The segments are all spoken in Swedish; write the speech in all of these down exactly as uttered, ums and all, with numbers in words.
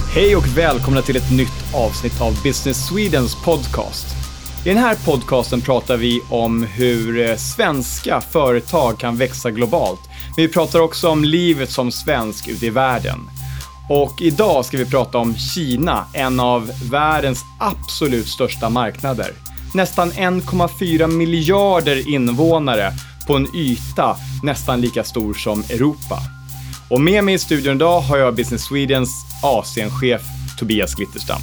Hej och välkomna till ett nytt avsnitt av Business Swedens podcast. I den här podcasten pratar vi om hur svenska företag kan växa globalt. Men vi pratar också om livet som svensk ute i världen. Och idag ska vi prata om Kina, en av världens absolut största marknader. Nästan en komma fyra miljarder invånare på en yta nästan lika stor som Europa. Och med mig i studion idag har jag Business Swedens Asienchef Tobias Glitterstam.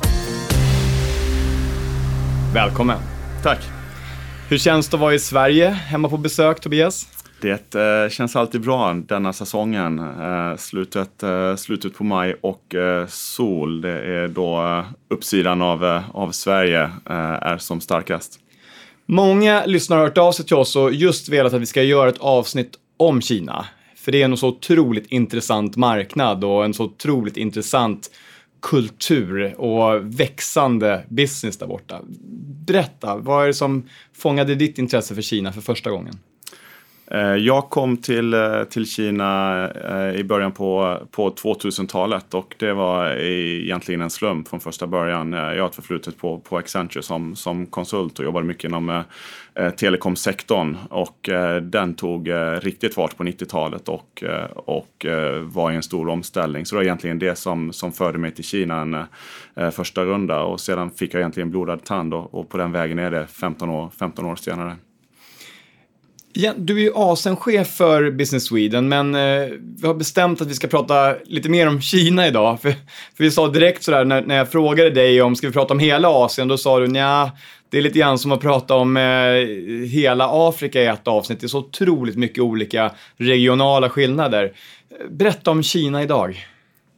Välkommen. Tack. Hur känns det att vara i Sverige hemma på besök, Tobias? Det eh, känns alltid bra denna säsongen. Eh, slutet, eh, slutet på maj och eh, sol. Det är då eh, uppsidan av, eh, av Sverige eh, är som starkast. Många lyssnare har hört av sig till oss och just velat att vi ska göra ett avsnitt om Kina. För det är en så otroligt intressant marknad och en så otroligt intressant kultur och växande business där borta. Berätta, vad är det som fångade ditt intresse för Kina för första gången? Jag kom till, till Kina i början på, på tvåtusentalet och det var egentligen en slump från första början. Jag har ett förflutet på, på Accenture som, som konsult och jobbade mycket inom eh, telekomsektorn och eh, den tog eh, riktigt fart på nittiotalet och, eh, och eh, var i en stor omställning. Så det var egentligen det som, som förde mig till Kina en eh, första runda och sedan fick jag egentligen blodad tand och, och på den vägen är det femton år, femton år senare. Ja, du är ju Asienchef för Business Sweden, men eh, vi har bestämt att vi ska prata lite mer om Kina idag. För, för vi sa direkt sådär, när, när jag frågade dig om ska vi prata om hela Asien, då sa du nja, det är lite grann som att prata om eh, hela Afrika i ett avsnitt. Det är så otroligt mycket olika regionala skillnader. Berätta om Kina idag.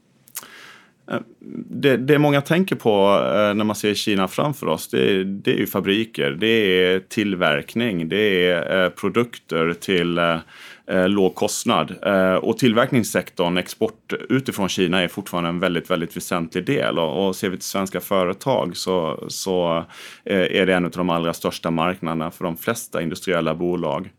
Det, det många tänker på eh, när man ser Kina framför oss, det, det är ju fabriker, det är tillverkning, det är eh, produkter till eh, låg kostnad. Eh, och tillverkningssektorn, export utifrån Kina är fortfarande en väldigt, väldigt väsentlig del. Och, och ser vi till svenska företag så, så eh, är det en av de allra största marknaderna för de flesta industriella bolag.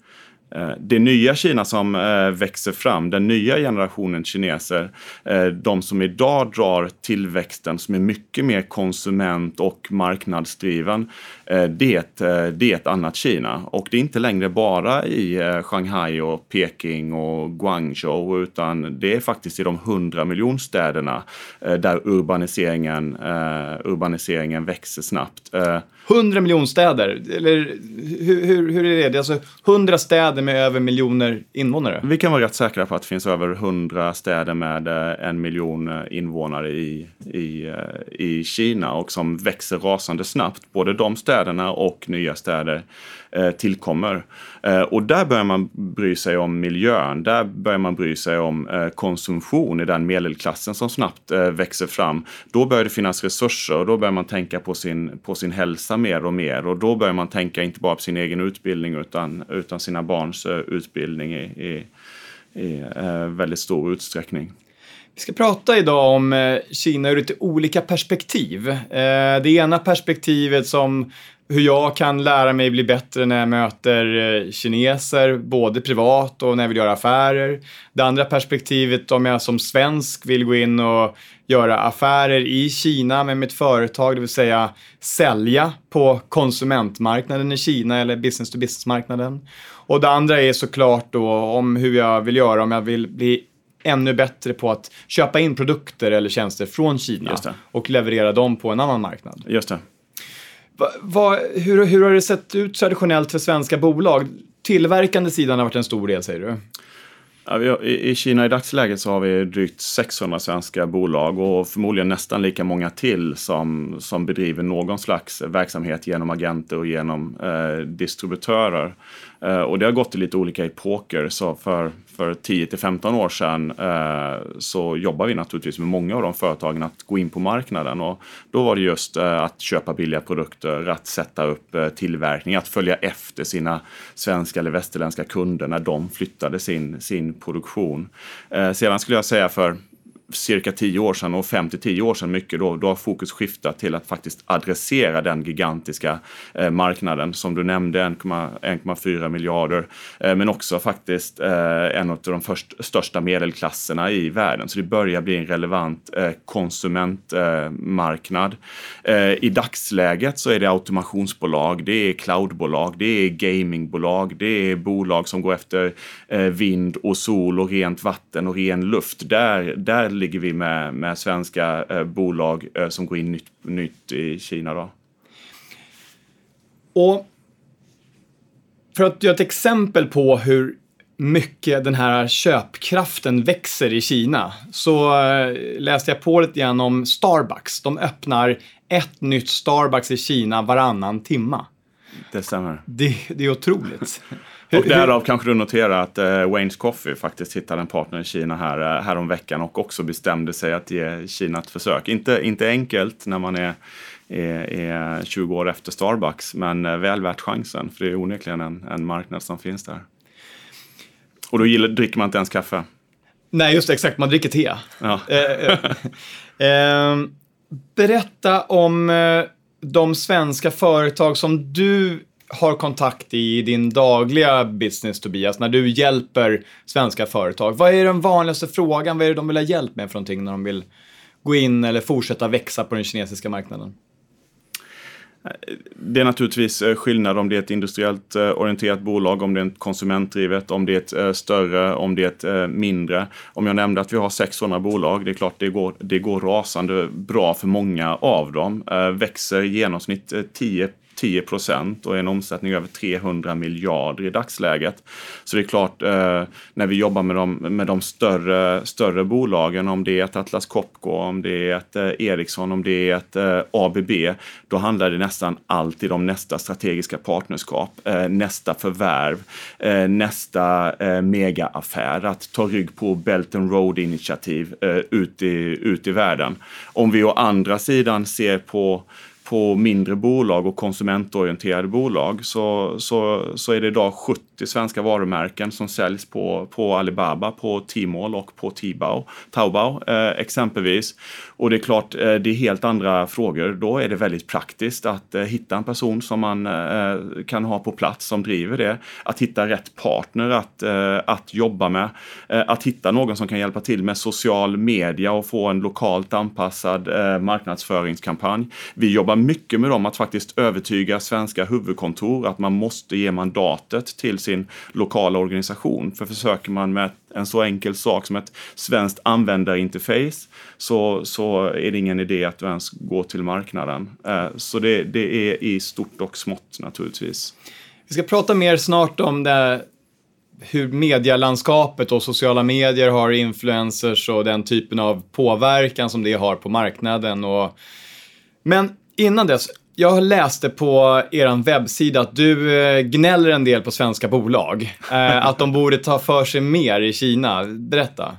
Det nya Kina som eh, växer fram, den nya generationen kineser, eh, de som idag drar tillväxten som är mycket mer konsument- och marknadsdriven, eh, det, är ett, eh, det är ett annat Kina. Och det är inte längre bara i eh, Shanghai och Peking och Guangzhou utan det är faktiskt i de hundra miljonstäderna eh, där urbaniseringen, eh, urbaniseringen växer snabbt. Eh, hundra miljonstäder, eller hur, hur, hur är det? Det är alltså hundra städer med över miljoner invånare. Vi kan vara rätt säkra på att det finns över hundra städer med en miljon invånare i, i, i Kina och som växer rasande snabbt. Både de städerna och nya städer eh, tillkommer. Eh, och där börjar man bry sig om miljön. Där börjar man bry sig om eh, konsumtion i den medelklassen som snabbt eh, växer fram. Då börjar det finnas resurser och då börjar man tänka på sin, på sin hälsa mer och mer. Och då börjar man tänka inte bara på sin egen utbildning utan, utan sina barns uh, utbildning i, i, i uh, väldigt stor utsträckning. Vi ska prata idag om uh, Kina ur lite olika perspektiv. Uh, det ena perspektivet som hur jag kan lära mig bli bättre när jag möter uh, kineser, både privat och när jag vill göra affärer. Det andra perspektivet om jag som svensk vill gå in och göra affärer i Kina med mitt företag, det vill säga sälja på konsumentmarknaden i Kina eller business-to-business-marknaden. Och det andra är såklart då om hur jag vill göra, om jag vill bli ännu bättre på att köpa in produkter eller tjänster från Kina och leverera dem på en annan marknad. Just det. Va, va, hur, hur har det sett ut traditionellt för svenska bolag? Tillverkande sidan har varit en stor del, säger du? Ja, i, I Kina i dagsläget så har vi drygt sexhundra svenska bolag och förmodligen nästan lika många till som, som bedriver någon slags verksamhet genom agenter och genom eh, distributörer. Eh, och det har gått i lite olika epoker. Så för, för tio till femton år sedan eh, så jobbar vi naturligtvis med många av de företagen att gå in på marknaden. Och då var det just eh, att köpa billiga produkter, att sätta upp eh, tillverkning, att följa efter sina svenska eller västerländska kunder när de flyttade sin, sin produktion. Eh, sedan skulle jag säga för cirka tio år sedan och fem till tio år sedan mycket, då, då har fokus skiftat till att faktiskt adressera den gigantiska eh, marknaden som du nämnde, en komma fyra miljarder, eh, men också faktiskt eh, en av de först, största medelklasserna i världen. Så det börjar bli en relevant eh, konsumentmarknad. Eh, eh, I dagsläget så är det automationsbolag, det är cloudbolag, det är gamingbolag, det är bolag som går efter eh, vind och sol och rent vatten och ren luft. Där, där ligger vi med, med svenska eh, bolag eh, som går in nytt, nytt i Kina då. Och för att göra ett exempel på hur mycket den här köpkraften växer i Kina, så eh, läste jag på lite grann om Starbucks. De öppnar ett nytt Starbucks i Kina varannan timma. Det stämmer. Det, det är otroligt. Och därav kanske du noterar att eh, Wayne's Coffee faktiskt hittade en partner i Kina här, eh, här om veckan och också bestämde sig att ge Kina ett försök. Inte, inte enkelt när man är, är, är tjugo år efter Starbucks, men eh, väl värt chansen, för det är onekligen en, en marknad som finns där. Och då gillar, dricker man inte ens kaffe. Nej, just det, exakt. Man dricker te. Ja. eh, eh, berätta om eh, de svenska företag som du har kontakt i din dagliga business, Tobias, när du hjälper svenska företag. Vad är den vanligaste frågan? Vad är det de vill ha hjälp med för någonting när de vill gå in eller fortsätta växa på den kinesiska marknaden? Det är naturligtvis skillnad om det är ett industriellt orienterat bolag, om det är ett konsumentdrivet, om det är ett större, om det är ett mindre. Om jag nämnde att vi har sexhundra bolag, det är klart det går, det går rasande bra för många av dem. Växer i genomsnitt tio procent och en omsättning över trehundra miljarder i dagsläget. Så det är klart, eh, när vi jobbar med de, med de större, större bolagen, om det är ett Atlas Copco, om det är ett eh, Ericsson, om det är ett eh, A B B, då handlar det nästan alltid om nästa strategiska partnerskap, eh, nästa förvärv, eh, nästa eh, megaaffär, att ta rygg på Belt and Road-initiativ eh, ut, i, ut i världen. Om vi å andra sidan ser på på mindre bolag och konsumentorienterade bolag, så, så, så är det idag sjuttio svenska varumärken som säljs på, på Alibaba, på Tmall och på Taobao, Taobao eh, exempelvis. Och det är klart, eh, det är helt andra frågor. Då är det väldigt praktiskt att eh, hitta en person som man eh, kan ha på plats som driver det. Att hitta rätt partner att, eh, att jobba med. Eh, att hitta någon som kan hjälpa till med social media och få en lokalt anpassad eh, marknadsföringskampanj. Vi jobbar mycket med dem att faktiskt övertyga svenska huvudkontor att man måste ge mandatet till sin lokala organisation. För försöker man med en så enkel sak som ett svenskt användarinterface, så, så är det ingen idé att du ens går till marknaden. Så det, det är i stort och smått naturligtvis. Vi ska prata mer snart om det, hur medielandskapet och sociala medier har influencers och den typen av påverkan som det har på marknaden. Och... Men innan dess, jag läste på er webbsida att du gnäller en del på svenska bolag. Att de borde ta för sig mer i Kina. Berätta.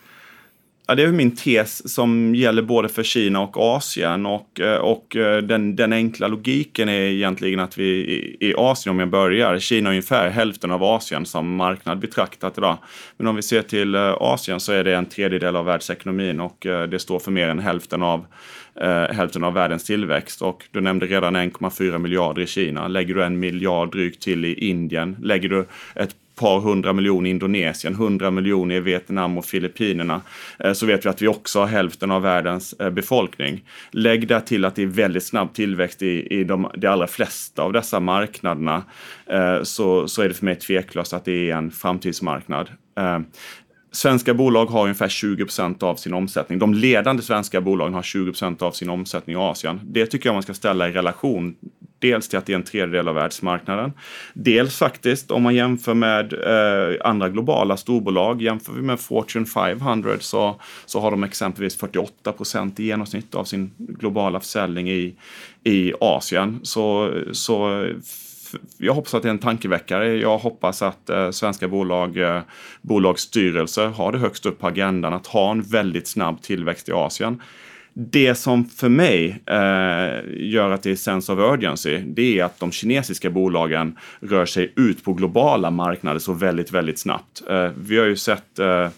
Ja, det är min tes som gäller både för Kina och Asien. Och, och den, den enkla logiken är egentligen att vi i, i Asien, om jag börjar, Kina är ungefär hälften av Asien som marknad betraktat idag. Men om vi ser till Asien så är det en tredjedel av världsekonomin och det står för mer än hälften av Uh, hälften av världens tillväxt. Och du nämnde redan en komma fyra miljarder i Kina. Lägger du en miljard drygt till i Indien, lägger du ett par hundra miljoner i Indonesien, hundra miljoner i Vietnam och Filippinerna, uh, så vet vi att vi också har hälften av världens uh, befolkning. Lägg där till att det är väldigt snabb tillväxt i, i de, de allra flesta av dessa marknaderna, uh, så, så är det för mig tveklöst att det är en framtidsmarknad. Uh, Svenska bolag har ungefär tjugo procent av sin omsättning. De ledande svenska bolagen har tjugo procent av sin omsättning i Asien. Det tycker jag man ska ställa i relation dels till att det är en tredjedel av världsmarknaden. Dels faktiskt om man jämför med eh, andra globala storbolag. Jämför vi med Fortune femhundra så, så har de exempelvis fyrtioåtta procent i genomsnitt av sin globala försäljning i, i Asien. Så... så jag hoppas att det är en tankeväckare. Jag hoppas att eh, svenska bolag, eh, bolagsstyrelser har det högst upp på agendan att ha en väldigt snabb tillväxt i Asien. Det som för mig eh, gör att det är sense of urgency, det är att de kinesiska bolagen rör sig ut på globala marknader så väldigt, väldigt snabbt. Eh, vi har ju sett... Eh,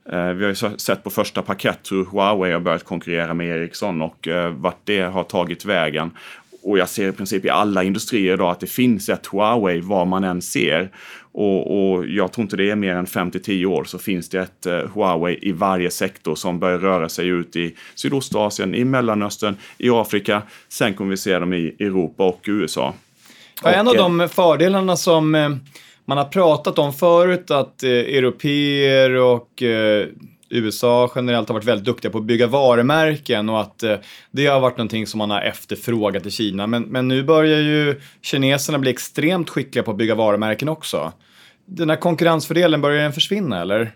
Vi har ju sett på första parkett hur Huawei har börjat konkurrera med Ericsson och vart det har tagit vägen. Och jag ser i princip i alla industrier idag att det finns ett Huawei var man än ser. Och, och jag tror inte det är mer än fem till tio år så finns det ett uh, Huawei i varje sektor som börjar röra sig ut i Sydostasien, i Mellanöstern, i Afrika. Sen kommer vi se dem i Europa och U S A. Ja, en av de fördelarna som eh, man har pratat om förut att eh, europeer och eh, U S A generellt har varit väldigt duktiga på att bygga varumärken och att eh, det har varit någonting som man har efterfrågat i Kina. Men, men nu börjar ju kineserna bli extremt skickliga på att bygga varumärken också. Den här konkurrensfördelen, börjar den försvinna eller?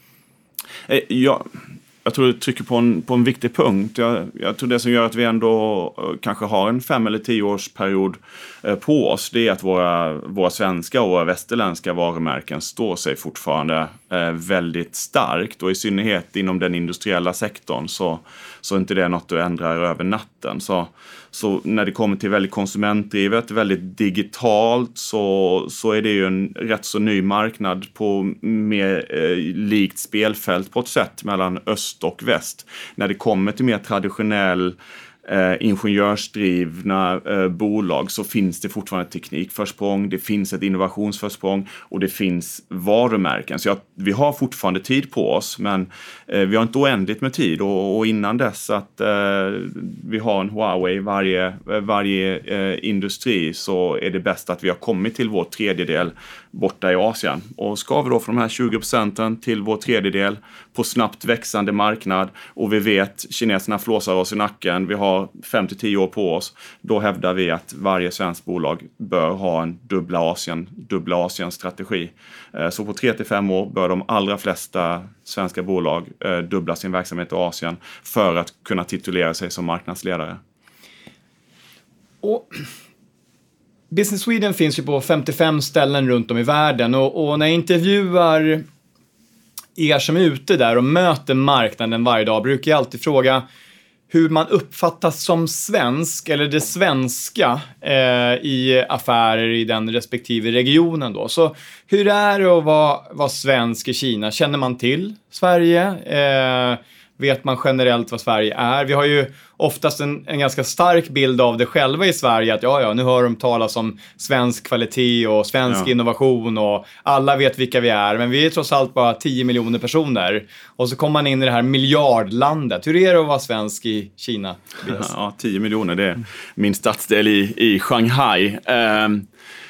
Eh, ja... Jag tror du trycker på en, på en viktig punkt. Jag, jag tror det som gör att vi ändå uh, kanske har en fem- eller tioårsperiod uh, på oss, det är att våra, våra svenska och våra västerländska varumärken står sig fortfarande uh, väldigt starkt. Och i synnerhet inom den industriella sektorn så, så är inte det något att ändra över natten. Så, så när det kommer till väldigt konsumentdrivet, väldigt digitalt så, så är det ju en rätt så ny marknad på mer uh, likt spelfält på ett sätt mellan öst och väst. När det kommer till mer traditionell eh, ingenjörsdrivna eh, bolag så finns det fortfarande ett teknikförsprång, det finns ett innovationsförsprång och det finns varumärken. Så jag, vi har fortfarande tid på oss men eh, vi har inte oändligt med tid och, och innan dess att eh, vi har en Huawei i varje, varje eh, industri så är det bäst att vi har kommit till vår tredjedel borta i Asien. Och ska vi då från de här tjugo procenten till vår tredjedel på snabbt växande marknad och vi vet kineserna flåsar oss i nacken, vi har fem till tio år på oss, då hävdar vi att varje svensk bolag bör ha en dubbla Asien, dubbla Asien-strategi. Så på tre till fem år bör de allra flesta svenska bolag dubbla sin verksamhet i Asien för att kunna titulera sig som marknadsledare. Och Business Sweden finns ju på femtiofem ställen runt om i världen och, och när jag intervjuar er som är ute där och möter marknaden varje dag brukar jag alltid fråga hur man uppfattas som svensk eller det svenska eh, i affärer i den respektive regionen då. Så hur är det att vara, vara svensk i Kina? Känner man till Sverige? Eh, vet man generellt vad Sverige är? Vi har ju oftast en, en ganska stark bild av det själva i Sverige. Att ja, ja, nu hör de talas om svensk kvalitet och svensk ja. innovation och alla vet vilka vi är. Men vi är trots allt bara tio miljoner personer. Och så kommer man in i det här miljardlandet. Hur är det att vara svensk i Kina? Ja, tio miljoner, det är min stadsdel i, i Shanghai. Um...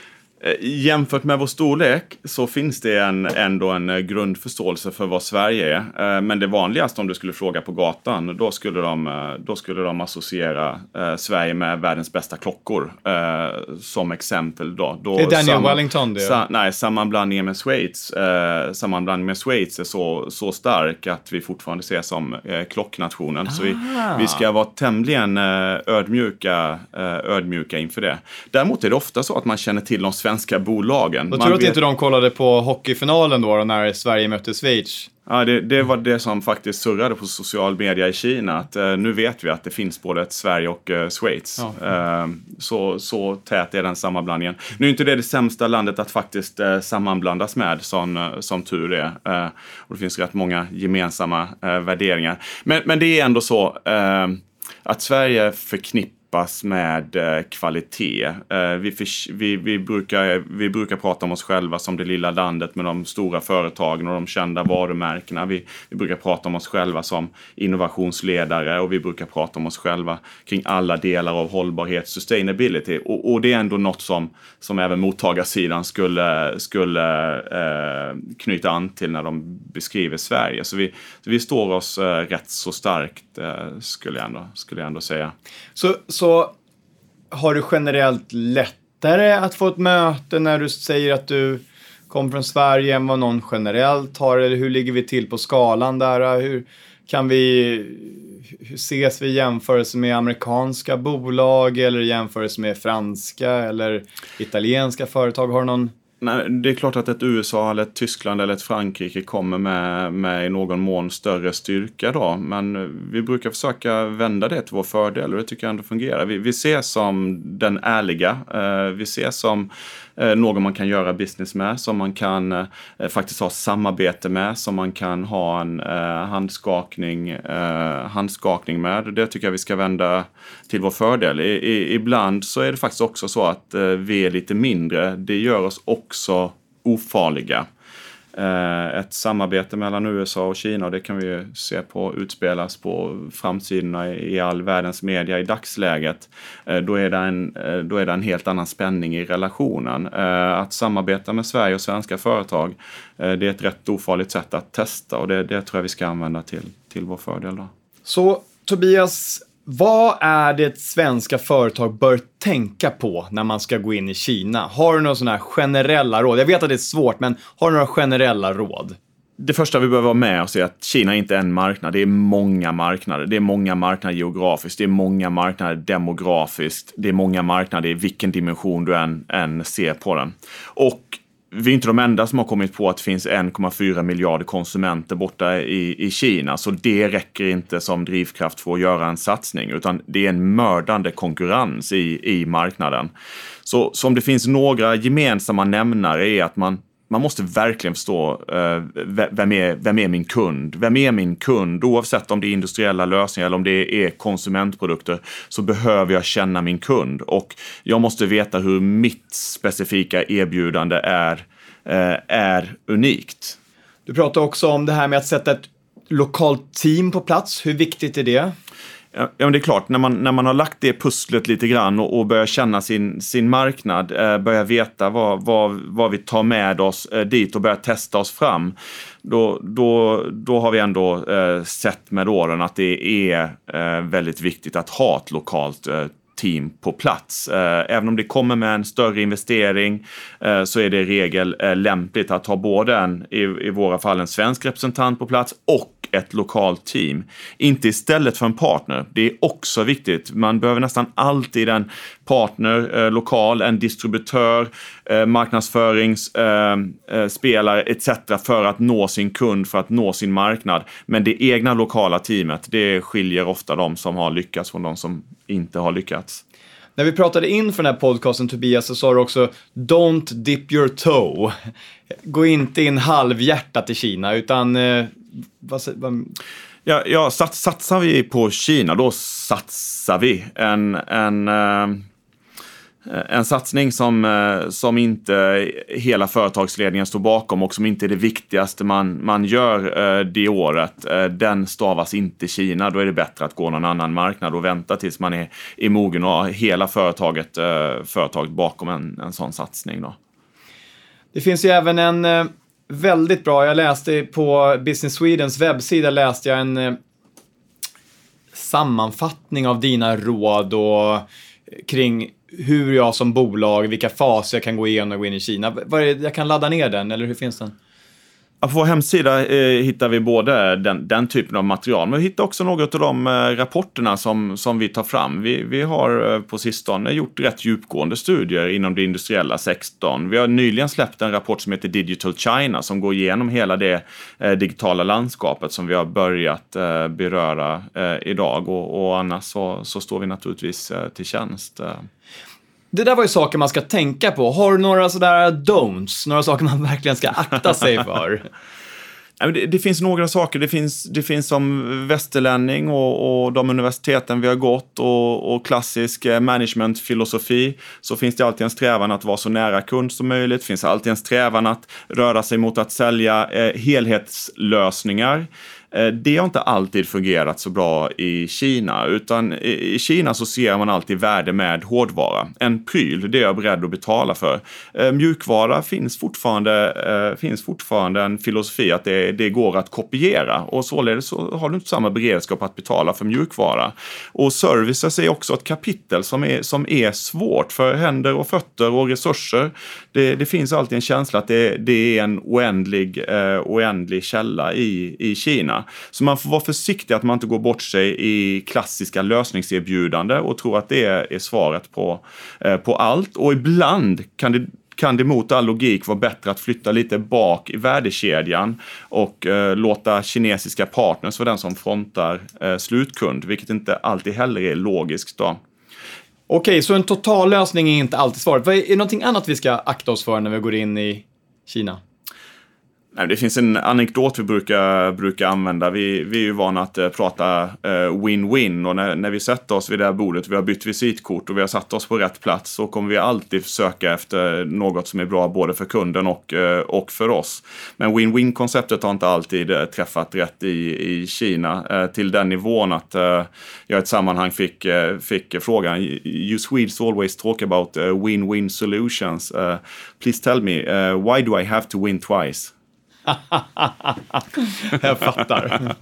Jämfört med vår storlek så finns det en, ändå en grundförståelse för vad Sverige är. Men det vanligaste om du skulle fråga på gatan, då skulle de, då skulle de associera eh, Sverige med världens bästa klockor eh, som exempel. Då. Då det är Daniel samman, Wellington det? Sa, nej, sammanblandningen med Schweiz, eh, sammanblandningen med Schweiz är så, så stark att vi fortfarande ses som eh, klocknationen. Ah. Så vi, vi ska vara tämligen eh, ödmjuka, eh, ödmjuka inför det. Däremot är det ofta så att man känner till de svenska svenska bolagen. Jag tror att vet... inte de kollade på hockeyfinalen då när Sverige mötte Schweiz. Ja, det, det var det som faktiskt surrade på social media i Kina. Att, uh, nu vet vi att det finns både ett Sverige och uh, Schweiz. Ja. Uh, så, så tät är den sammanblandningen. Nu är inte det det sämsta landet att faktiskt uh, sammanblandas med som, uh, som tur är. Uh, och det finns rätt många gemensamma uh, värderingar. Men, men det är ändå så uh, att Sverige förknippar med eh, kvalitet. Eh, vi, för, vi, vi, brukar, vi brukar prata om oss själva som det lilla landet med de stora företagen och de kända varumärkena. Vi, vi brukar prata om oss själva som innovationsledare och vi brukar prata om oss själva kring alla delar av hållbarhet, sustainability. Och, och det är ändå något som, som även mottagarsidan skulle, skulle eh, knyta an till när de beskriver Sverige. Så vi, så vi står oss eh, rätt så starkt eh, skulle, jag ändå, skulle jag ändå säga. Så Så har du generellt lättare att få ett möte när du säger att du kommer från Sverige än vad någon generellt har? Eller hur ligger vi till på skalan där? Hur kan vi, hur ses vi i jämförelse med amerikanska bolag eller i jämförelse med franska eller italienska företag? Har du någon... Nej, det är klart att ett U S A eller ett Tyskland eller ett Frankrike kommer med, med i någon mån större styrka då. Men vi brukar försöka vända det till vår fördel och det tycker jag ändå fungerar. Vi, vi ses som den ärliga, eh, vi ses som eh, någon man kan göra business med, som man kan eh, faktiskt ha samarbete med, som man kan ha en eh, handskakning, eh, handskakning med. Det tycker jag vi ska vända till vår fördel. I, i, ibland så är det faktiskt också så att eh, vi är lite mindre. Det gör oss också ofarliga. Ett samarbete mellan U S A och Kina, och det kan vi ju se på utspelas på framsidorna i all världens media i dagsläget. Då är det en, då är det en helt annan spänning i relationen. Att samarbeta med Sverige och svenska företag, det är ett rätt ofarligt sätt att testa, och det, det tror jag vi ska använda till, till vår fördel då. Så Tobias, vad är det svenska företag bör tänka på när man ska gå in i Kina? Har du några sådana här generella råd? Jag vet att det är svårt, men har du några generella råd? Det första vi behöver vara med oss är att Kina inte är en marknad. Det är många marknader. Det är många marknader geografiskt. Det är många marknader demografiskt. Det är många marknader i vilken dimension du än, än ser på den. Och vi är inte de enda som har kommit på att det finns en komma fyra miljarder konsumenter borta i, i Kina. Så det räcker inte som drivkraft för att göra en satsning. Utan det är en mördande konkurrens i, i marknaden. Så, så om det finns några gemensamma nämnare är att man, man måste verkligen förstå uh, vem, är, vem är min kund? Vem är min kund? Oavsett om det är industriella lösningar eller om det är konsumentprodukter, så behöver jag känna min kund. Och jag måste veta hur mitt specifika erbjudande är, uh, är unikt. Du pratar också om det här med att sätta ett lokalt team på plats. Hur viktigt är det? Ja, men det är klart, när man, när man har lagt det pusslet lite grann och, och börjar känna sin, sin marknad, eh, börjar veta vad, vad, vad vi tar med oss eh, dit och börjar testa oss fram, då, då, då har vi ändå eh, sett med åren att det är eh, väldigt viktigt att ha ett lokalt eh, team på plats. Eh, även om det kommer med en större investering eh, så är det i regel eh, lämpligt att ha både en, i, i våra fall en svensk representant på plats och ett lokalt team. Inte istället för en partner. Det är också viktigt. Man behöver nästan alltid en partner, eh, lokal, en distributör, eh, marknadsföringsspelare eh, et cetera för att nå sin kund, för att nå sin marknad. Men det egna lokala teamet, det skiljer ofta de som har lyckats från de som inte har lyckats. När vi pratade in för den här podcasten, Tobias, så sa du också don't dip your toe. Gå inte in halvhjärtat i Kina, utan eh, vad, vad... Ja, ja sats, satsar vi på Kina, då satsar vi en, en, eh, en satsning som, eh, som inte hela företagsledningen står bakom och som inte är det viktigaste man, man gör eh, det året. Eh, den stavas inte Kina. Då är det bättre att gå någon annan marknad och vänta tills man är i mogen och har hela företaget, eh, företaget bakom en, en sån satsning då. Det finns ju även en eh, väldigt bra, jag läste på Business Swedens webbsida, läste jag en eh, sammanfattning av dina råd och kring hur jag som bolag, vilka faser jag kan gå igenom och gå in i Kina. Vad är det, jag kan ladda ner den, eller hur finns den? På vår hemsida eh, hittar vi både den, den typen av material, men vi hittar också några av de eh, rapporterna som, som vi tar fram. Vi, vi har eh, på sistone gjort rätt djupgående studier inom det industriella sektorn. Vi har nyligen släppt en rapport som heter Digital China som går igenom hela det eh, digitala landskapet som vi har börjat eh, beröra eh, idag. Och, och annars så, så står vi naturligtvis eh, till tjänst. Eh. Det där var ju saker man ska tänka på. Har du några sådär don'ts? Några saker man verkligen ska akta sig för? Det, det finns några saker. Det finns, det finns som västerlänning och, och de universiteten vi har gått och, och klassisk managementfilosofi, så finns det alltid en strävan att vara så nära kund som möjligt. Det finns alltid en strävan att röra sig mot att sälja eh, helhetslösningar. Det har inte alltid fungerat så bra i Kina, utan i Kina så ser man alltid värde med hårdvara. En pryl, det är jag beredd att betala för. Mjukvara finns fortfarande, finns fortfarande en filosofi att det, det går att kopiera, och således så har du inte samma beredskap att betala för mjukvara. Och services är också ett kapitel som är, som är svårt för händer och fötter och resurser. Det, det finns alltid en känsla att det, det är en oändlig, eh, oändlig källa i, i Kina. Så man får vara försiktig att man inte går bort sig i klassiska lösningserbjudande och tror att det är svaret på, eh, på allt. Och ibland kan det, kan det mot all logik vara bättre att flytta lite bak i värdekedjan och eh, låta kinesiska partners vara den som frontar eh, slutkund, vilket inte alltid heller är logiskt då. Okej, så en totallösning är inte alltid svaret. Vad är, är det någonting annat vi ska akta oss för när vi går in i Kina? Nej, det finns en anekdot vi brukar, brukar använda. Vi, vi är ju vana att uh, prata uh, win-win. Och när, när vi sätter oss vid det här bordet, vi har bytt visitkort och vi har satt oss på rätt plats, så kommer vi alltid söka efter något som är bra både för kunden och, uh, och för oss. Men win-win-konceptet har inte alltid uh, träffat rätt i, i Kina. Uh, till den nivån att uh, jag i ett sammanhang fick, uh, fick frågan: You Swedes always talk about uh, win-win solutions. Uh, please tell me, uh, why do I have to win twice? Jag fattar.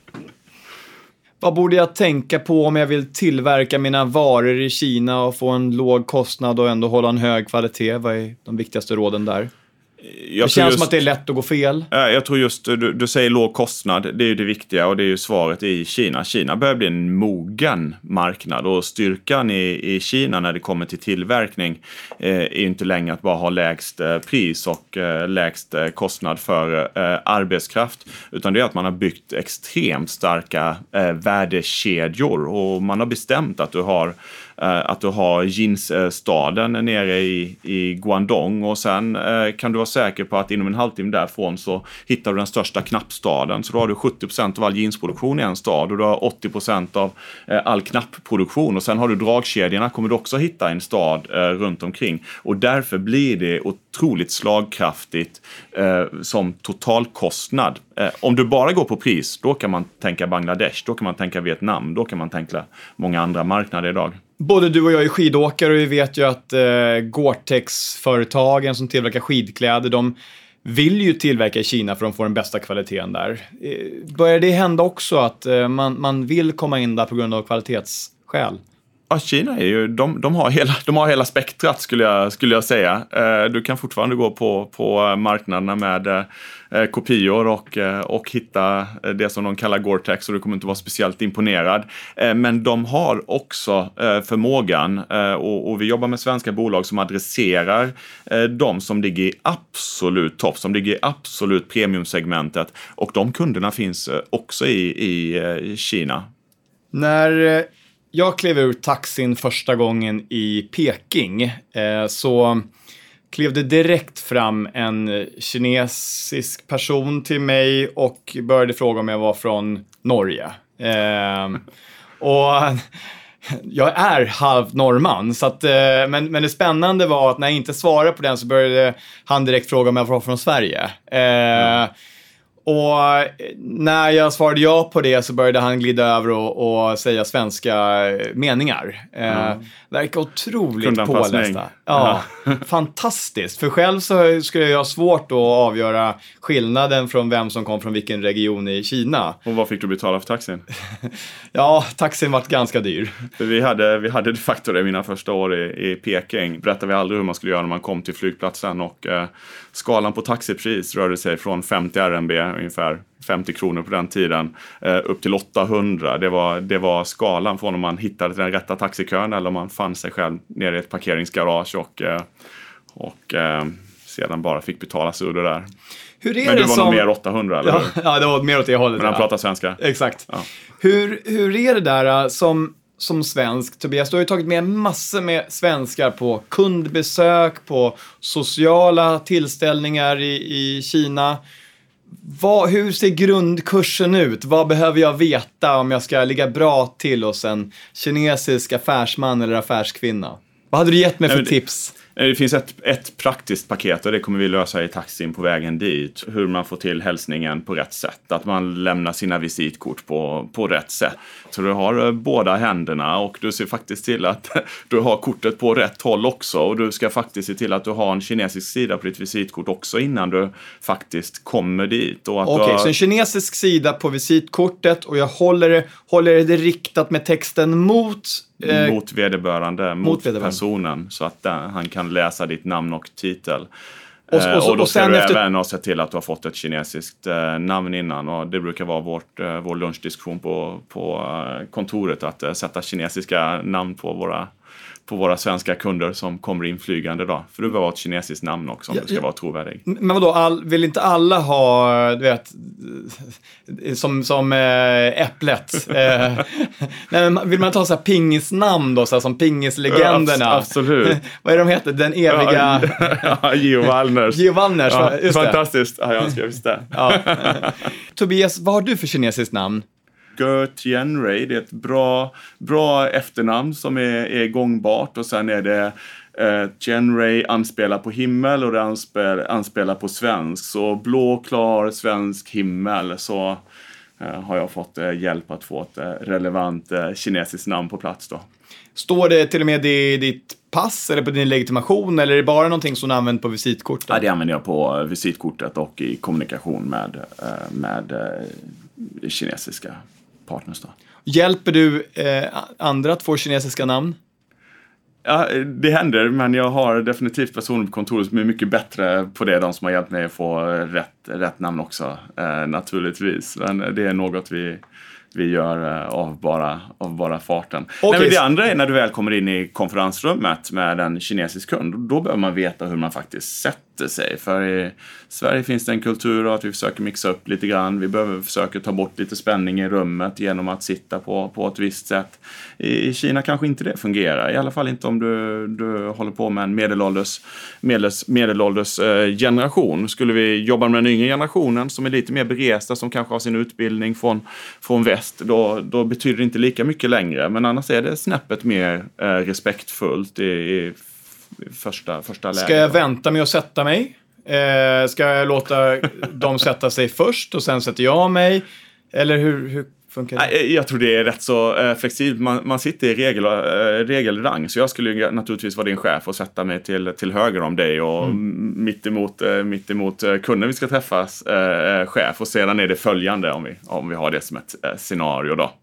Vad borde jag tänka på om jag vill tillverka mina varor i Kina och få en låg kostnad och ändå hålla en hög kvalitet? Vad är de viktigaste råden där? Jag det känns just, som att det är lätt att gå fel. Jag tror just, du, du säger låg kostnad, det är ju det viktiga och det är ju svaret i Kina. Kina börjar bli en mogen marknad och styrkan i, i Kina när det kommer till tillverkning eh, är ju inte längre att bara ha lägst eh, pris och eh, lägst eh, kostnad för eh, arbetskraft, utan det är att man har byggt extremt starka eh, värdekedjor och man har bestämt att du har att du har jeansstaden nere i, i Guangdong och sen eh, kan du vara säker på att inom en halvtimme därifrån så hittar du den största knappstaden. Så då har du sjuttio procent av all jeansproduktion i en stad och du har åttio procent av eh, all knappproduktion och sen har du dragkedjorna, kommer du också hitta en stad eh, runt omkring. Och därför blir det otroligt slagkraftigt eh, som totalkostnad. Eh, om du bara går på pris, då kan man tänka Bangladesh, då kan man tänka Vietnam, då kan man tänka många andra marknader idag. Både du och jag är skidåkare och vi vet ju att eh, Gore-Tex-företagen som tillverkar skidkläder, de vill ju tillverka i Kina för att de får den bästa kvaliteten där. Eh, börjar det hända också att eh, man, man vill komma in där på grund av kvalitetsskäl? Ja, Kina är ju, de, de, har hela, de har hela spektrat skulle jag, skulle jag säga. Eh, du kan fortfarande gå på, på marknaderna med eh, kopior och, eh, och hitta det som de kallar Gore-Tex och du kommer inte vara speciellt imponerad. Eh, men de har också eh, förmågan eh, och, och vi jobbar med svenska bolag som adresserar eh, de som ligger i absolut topp, som ligger i absolut premiumsegmentet och de kunderna finns eh, också i, i eh, Kina. När eh... jag klev ur taxin första gången i Peking eh, så klev det direkt fram en kinesisk person till mig och började fråga om jag var från Norge. Eh, och jag är halv norrman, så att, eh, men, men det spännande var att när jag inte svarade på den så började han direkt fråga om jag var från Sverige. Eh, mm. Och när jag svarade ja på det så började han glida över och, och säga svenska meningar. Mm. Eh, verkar otroligt pålästa. Ja, fantastiskt. För själv så skulle jag ha svårt att avgöra skillnaden från vem som kom från vilken region i Kina. Och vad fick du betala för taxin? Ja, taxin var ganska dyr. För vi hade, vi hade de facto det mina första år i, i Peking. Berättade vi aldrig hur man skulle göra när man kom till flygplatsen och eh, skalan på taxipris rörde sig från femtio R M B, ungefär femtio kronor på den tiden, eh, upp till åttahundra. Det var, det var skalan från om man hittade den rätta taxikön eller om man fann sig själv nere i ett parkeringsgarage och, eh, och eh, sedan bara fick betala sig ur det där. Hur är Men det du var som... nog mer åttahundra, eller ja, hur? ja, det var mer åt det hållet. Men han ja. pratar svenska. Exakt. Ja. Hur, hur är det där som... som svensk, Tobias, du har ju tagit med massor med svenskar på kundbesök, på sociala tillställningar i, i Kina. Vad, hur ser grundkursen ut? Vad behöver jag veta om jag ska ligga bra till hos en kinesisk affärsman eller affärskvinna? Vad hade du gett mig för Nej, tips? Det finns ett, ett praktiskt paket och det kommer vi lösa i taxin på vägen dit. Hur man får till hälsningen på rätt sätt. Att man lämnar sina visitkort på, på rätt sätt. Så du har båda händerna och du ser faktiskt till att du har kortet på rätt håll också. Och du ska faktiskt se till att du har en kinesisk sida på ditt visitkort också innan du faktiskt kommer dit. Okej, okay, har... så en kinesisk sida på visitkortet och jag håller det, håller det riktat med texten mot... Eh, mot vederbörande, mot, mot vederbörande. personen. Så att uh, han kan läsa ditt namn och titel. Och, och, och, och då ska du efter... även ha sett till att du har fått ett kinesiskt uh, namn innan. Och det brukar vara vårt, uh, vår lunchdiskussion på, på uh, kontoret. Att uh, sätta kinesiska namn på våra på våra svenska kunder som kommer inflygande då. För det behöver vara ett kinesiskt namn också om ja, det ska ja. vara trovärdig. Men vadå, all, vill inte alla ha, du vet, som, som äh, äpplet? äh, nej, men vill man ta så här pingisnamn då, så här, som pingislegenderna? Ja, absolut. Vad är de heter? Den eviga... ja, Gio Wallners. Gio Wallners, ja, just fantastiskt. Ja, jag önskar visst det. ja. Tobias, vad har du för kinesiskt namn? Ge Tianrui, det är ett bra, bra efternamn som är, är gångbart, och sen är det eh, Tianrui anspelar på himmel och det anspelar, anspelar på svensk, så blå, klar, svensk himmel, så eh, har jag fått eh, hjälp att få ett eh, relevant eh, kinesiskt namn på plats då. Står det till och med i ditt pass eller på din legitimation, eller är det bara någonting som du använder på visitkortet? Ja, det använder jag på visitkortet och i kommunikation med, med eh, kinesiska partners då. Hjälper du eh, andra att få kinesiska namn? Ja, det händer, men jag har definitivt personer på kontoret som är mycket bättre på det, de som har hjälpt mig att få rätt, rätt namn också, eh, naturligtvis. Men det är något vi, vi gör eh, av, bara, av bara farten. Okay. Nej, men det andra är när du väl kommer in i konferensrummet med en kinesisk kund, då behöver man veta hur man faktiskt sätter sig. För i Sverige finns det en kultur av att vi försöker mixa upp lite grann. Vi behöver försöka ta bort lite spänning i rummet genom att sitta på, på ett visst sätt. I Kina kanske inte det fungerar. I alla fall inte om du, du håller på med en medelålders, medelålders, medelålders eh, generation. Skulle vi jobba med den yngre generationen som är lite mer beresta, som kanske har sin utbildning från, från väst, då, då betyder det inte lika mycket längre. Men annars är det snäppet mer eh, respektfullt i, i första, första läget. Ska jag vänta med att sätta mig? Eh, ska jag låta dem sätta sig först och sen sätter jag mig? Eller hur, hur funkar det? Jag tror det är rätt så eh, flexibelt. Man, man sitter i regel, eh, regelrang. Så jag skulle naturligtvis vara din chef och sätta mig till, till höger om dig. Och mm. mitt emot, eh, mitt emot eh, kunden vi ska träffas eh, chef. Och sedan är det följande om vi, om vi har det som ett eh, scenario då.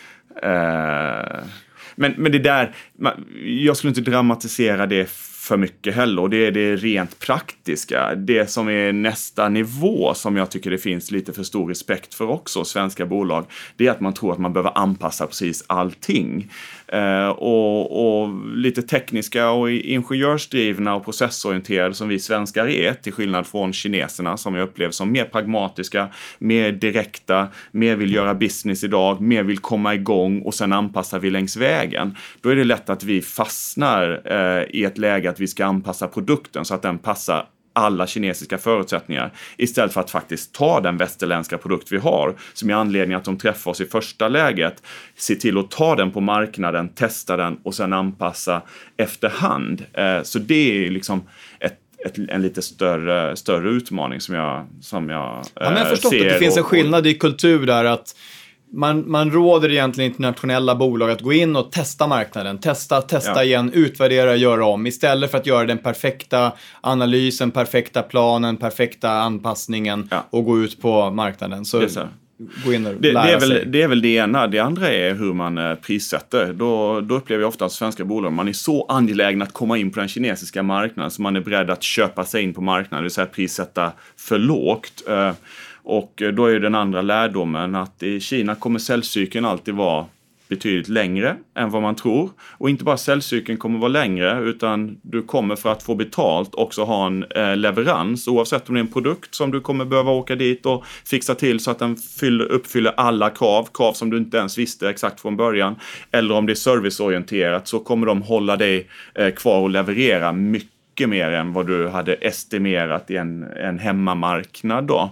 Eh, men, men det där, man, jag skulle inte dramatisera det för mycket heller, och det är det rent praktiska. Det som är nästa nivå som jag tycker det finns lite för stor respekt för också, svenska bolag, det är att man tror att man behöver anpassa precis allting. Eh, och, och lite tekniska och ingenjörsdrivna och processorienterade som vi svenskar är, till skillnad från kineserna som jag upplever som mer pragmatiska, mer direkta, mer vill göra business idag, mer vill komma igång och sen anpassar vi längs vägen. Då är det lätt att vi fastnar eh, i ett läge att vi ska anpassa produkten så att den passar alla kinesiska förutsättningar, istället för att faktiskt ta den västerländska produkt vi har, som är anledningen att de träffar oss i första läget, se till att ta den på marknaden, testa den och sen anpassa efterhand. Eh, så det är liksom ett Ett, en lite större, större utmaning som jag, som jag ja, men jag har förstått ser. Att det finns en skillnad i kultur där, att man, man råder egentligen internationella bolag att gå in och testa marknaden. Testa, testa ja. igen, utvärdera, göra om. Istället för att göra den perfekta analysen, perfekta planen, perfekta anpassningen ja. och gå ut på marknaden. Så gå in och det, lära det, är väl, sig. det är väl det ena. Det andra är hur man eh, prissätter. Då, då upplever jag ofta att svenska bolag, man är så angelägen att komma in på den kinesiska marknaden så man är beredd att köpa sig in på marknaden, det vill säga prissätta för lågt. Eh, och då är den andra lärdomen att i Kina kommer säljcykeln alltid vara betydligt längre än vad man tror. Och inte bara säljcykeln kommer vara längre, utan du kommer för att få betalt också ha en eh, leverans, oavsett om det är en produkt som du kommer behöva åka dit och fixa till så att den fyller, uppfyller alla krav, krav som du inte ens visste exakt från början, eller om det är serviceorienterat så kommer de hålla dig eh, kvar och leverera mycket mer än vad du hade estimerat i en, en hemmamarknad då.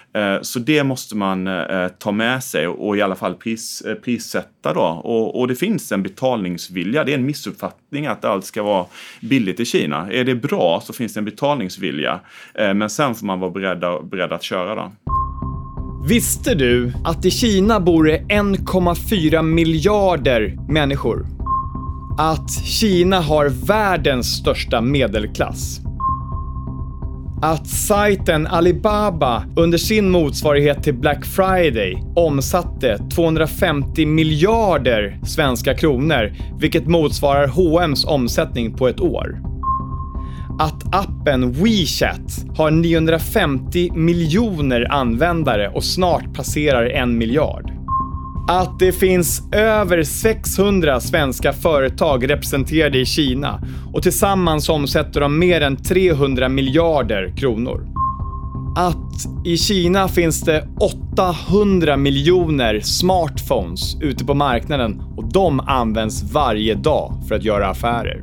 Så det måste man eh, ta med sig och i alla fall pris, eh, prissätta då. Och, och det finns en betalningsvilja. Det är en missuppfattning att allt ska vara billigt i Kina. Är det bra så finns det en betalningsvilja. Eh, men sen får man vara beredd, beredd att köra då. Visste du att i Kina bor det en komma fyra miljarder människor? Att Kina har världens största medelklass? Att sajten Alibaba under sin motsvarighet till Black Friday omsatte tvåhundrafemtio miljarder svenska kronor, vilket motsvarar H och M:s omsättning på ett år. Att appen WeChat har niohundrafemtio miljoner användare och snart passerar en miljard. att det finns över sexhundra svenska företag representerade i Kina och tillsammans omsätter de mer än trehundra miljarder kronor. Att i Kina finns det åttahundra miljoner smartphones ute på marknaden och de används varje dag för att göra affärer.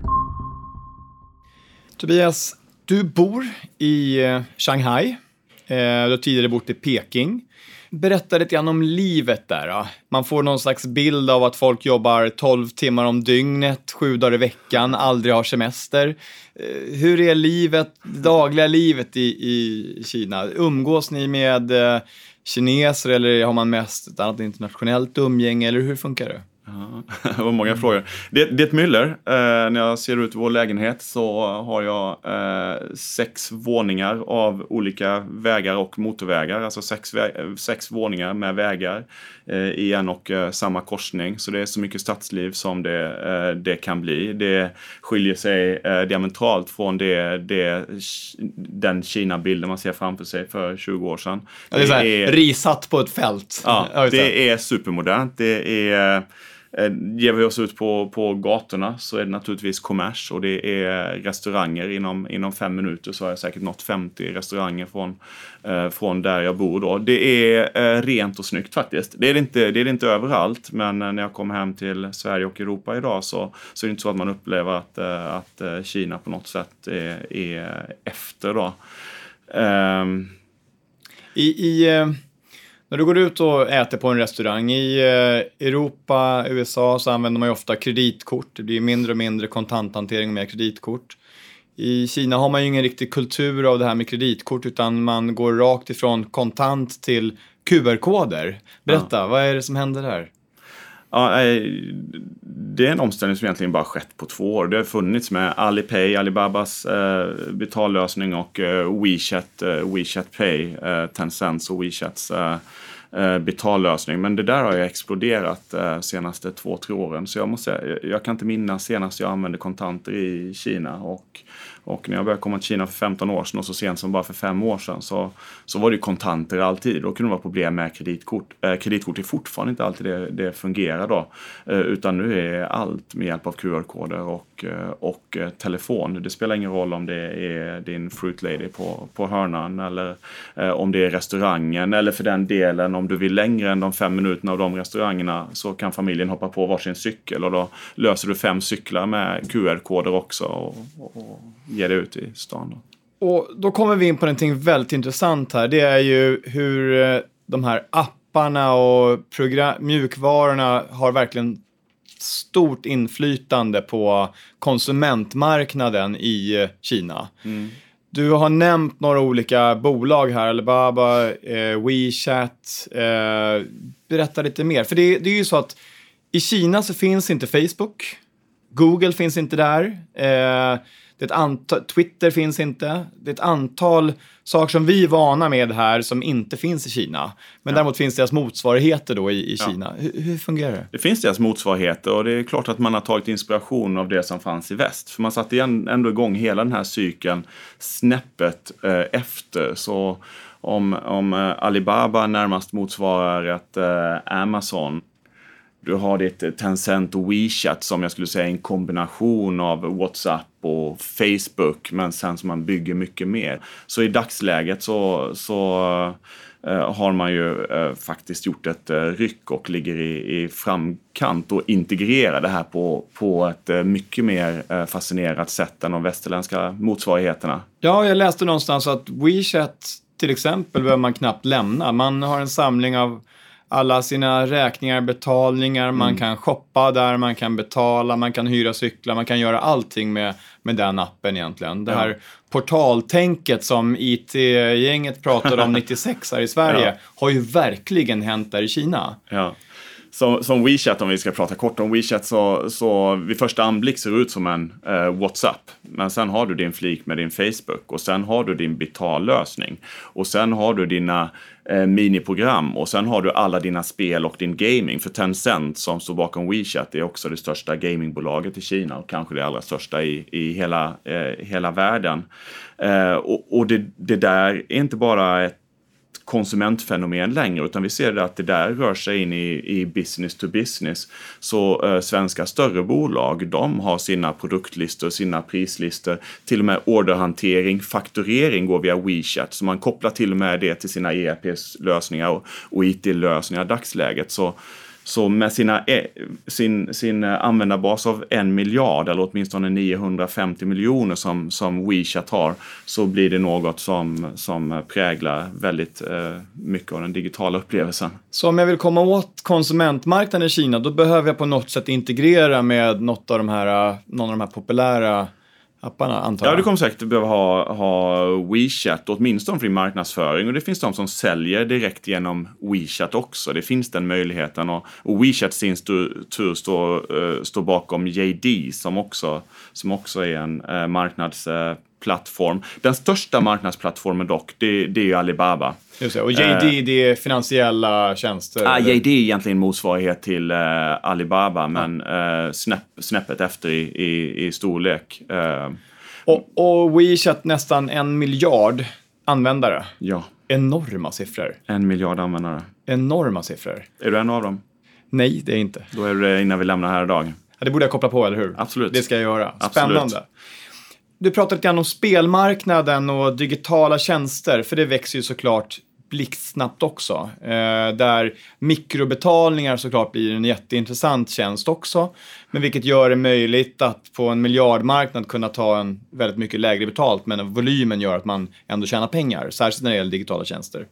Tobias, du bor i Shanghai. Du har tidigare bott i Peking. Berätta lite grann om livet där då. Man får någon slags bild av att folk jobbar tolv timmar om dygnet, sju dagar i veckan, aldrig har semester. Hur är livet, dagliga livet i, i Kina? Umgås ni med eh, kineser eller har man mest ett annat internationellt umgänge eller hur funkar det? Ja, det var många mm. frågor. Det, det är ett myller. Eh, när jag ser ut vår lägenhet så har jag eh, sex våningar av olika vägar och motorvägar. Alltså sex, vä- sex våningar med vägar eh, i en och eh, samma korsning. Så det är så mycket stadsliv som det, eh, det kan bli. Det skiljer sig eh, diametralt från det, det, den Kina-bilden man ser framför sig för tjugo år sedan. Det, det är så här, är risat på ett fält. Ja, det är supermodernt. Det är... Ger vi oss ut på, på gatorna så är det naturligtvis kommers och det är restauranger. Inom, inom fem minuter så har jag säkert nått femtio restauranger från, eh, från där jag bor då. Det är eh, rent och snyggt faktiskt. Det är det inte, det är det inte överallt, men eh, när jag kommer hem till Sverige och Europa idag så, så är det inte så att man upplever att, eh, att eh, Kina på något sätt är, är efter då. Um, I... i uh... När du går ut och äter på en restaurang i Europa, U S A så använder man ju ofta kreditkort. Det blir mindre och mindre kontanthantering med kreditkort. I Kina har man ju ingen riktig kultur av det här med kreditkort utan man går rakt ifrån kontant till Q R-koder. Berätta, ja. Vad är det som händer där? Ja, det är en omställning som egentligen bara skett på två år. Det har funnits med Alipay, Alibabas eh, betallösning och eh, WeChat, eh, WeChat Pay, eh, Tencent och WeChats eh, eh, betallösning. Men det där har ju exploderat eh, senaste två, tre åren. Så jag måste säga, jag, jag kan inte minnas senast jag använde kontanter i Kina. Och, och när jag började komma till Kina för femton år sedan och så sent som bara för fem år sedan så, så var det ju kontanter alltid. Då kunde det vara problem med kreditkort. Eh, kreditkort är fortfarande inte alltid det, det fungerar då. Eh, utan nu är allt med hjälp av Q R-koder och, eh, och eh, telefon. Det spelar ingen roll om det är din Fruit Lady på, på hörnan eller eh, om det är restaurangen. Eller för den delen om du vill längre än de fem minuterna av de restaurangerna så kan familjen hoppa på varsin cykel. Och då löser du fem cyklar med Q R-koder också och, och, och ger det ut i stan då. Och då kommer vi in på någonting väldigt intressant här. Det är ju hur de här apparna och program- mjukvarorna har verkligen stort inflytande på konsumentmarknaden i Kina. Mm. Du har nämnt några olika bolag här, Alibaba, eh, WeChat. Eh, berätta lite mer. För det, det är ju så att i Kina så finns inte Facebook. Google finns inte där. Eh, det är ett antal, Twitter finns inte. Det är ett antal saker som vi är vana med här som inte finns i Kina. Men ja. Däremot finns deras motsvarigheter då i, i Kina. Ja. Hur, hur fungerar det? Det finns deras motsvarigheter och det är klart att man har tagit inspiration av det som fanns i väst. För man satte ändå igång hela den här cykeln snäppet eh, efter. Så om, om eh, Alibaba närmast motsvarar ett eh, Amazon. Du har ditt Tencent och WeChat som jag skulle säga är en kombination av WhatsApp och Facebook men sen som man bygger mycket mer. Så i dagsläget så, så uh, har man ju uh, faktiskt gjort ett uh, ryck och ligger i, i framkant och integrerar det här på, på ett uh, mycket mer uh, fascinerat sätt än de västerländska motsvarigheterna. Ja, jag läste någonstans att WeChat till exempel behöver man knappt lämna. Man har en samling av alla sina räkningar, betalningar, mm. man kan shoppa där, man kan betala, man kan hyra cyklar, man kan göra allting med, med den appen egentligen. Det här ja. portaltänket som I T-gänget pratade om nittiosex här i Sverige ja. har ju verkligen hänt där i Kina. Ja. Som, som WeChat, om vi ska prata kort om WeChat, så, så vid första anblick ser det ut som en eh, WhatsApp. Men sen har du din flik med din Facebook och sen har du din betallösning. Och sen har du dina eh, miniprogram och sen har du alla dina spel och din gaming. För Tencent som står bakom WeChat är också det största gamingbolaget i Kina och kanske det allra största i, i hela, eh, hela världen. Eh, och och det, det där är inte bara ett konsumentfenomen längre, utan vi ser att det där rör sig in i, i business to business. Så eh, svenska större bolag, de har sina produktlistor, sina prislistor, till och med orderhantering, fakturering går via WeChat, så man kopplar till och med det till sina E R P-lösningar och, och I T-lösningar i dagsläget. Så Så med sina, sin, sin användarbas av en miljard eller åtminstone niohundrafemtio miljoner som, som WeChat har, så blir det något som, som präglar väldigt eh, mycket av den digitala upplevelsen. Så om jag vill komma åt konsumentmarknaden i Kina, då behöver jag på något sätt integrera med något av de här, någon av de här populära apparna, antar jag. Ja, du kommer säkert behöva ha, ha WeChat, åtminstone för marknadsföring. Och det finns de som säljer direkt genom WeChat också. Det finns den möjligheten. Och, och WeChat sin tur står, uh, står bakom J D som också, som också är en uh, marknadsplattform. Uh, den största marknadsplattformen dock, det, det är ju Alibaba. Just det. Och J D, uh, det är finansiella tjänster? Ja, uh, J D är egentligen motsvarighet till uh, Alibaba, men uh, snäpp, snäppet efter i, i, i storlek. Uh, och, och WeChat nästan en miljard användare. Ja. Enorma siffror. En miljard användare. Enorma siffror. Är du en av dem? Nej, det är inte. Då är det innan vi lämnar här idag. Ja, det borde jag koppla på, eller hur? Absolut. Det ska jag göra. Absolut. Spännande. Du pratade lite grann om spelmarknaden och digitala tjänster, för det växer ju såklart blixtsnabbt också. Eh, där mikrobetalningar såklart blir en jätteintressant tjänst också. Men vilket gör det möjligt att på en miljardmarknad kunna ta en väldigt mycket lägre betalt, men volymen gör att man ändå tjänar pengar, särskilt när det gäller digitala tjänster.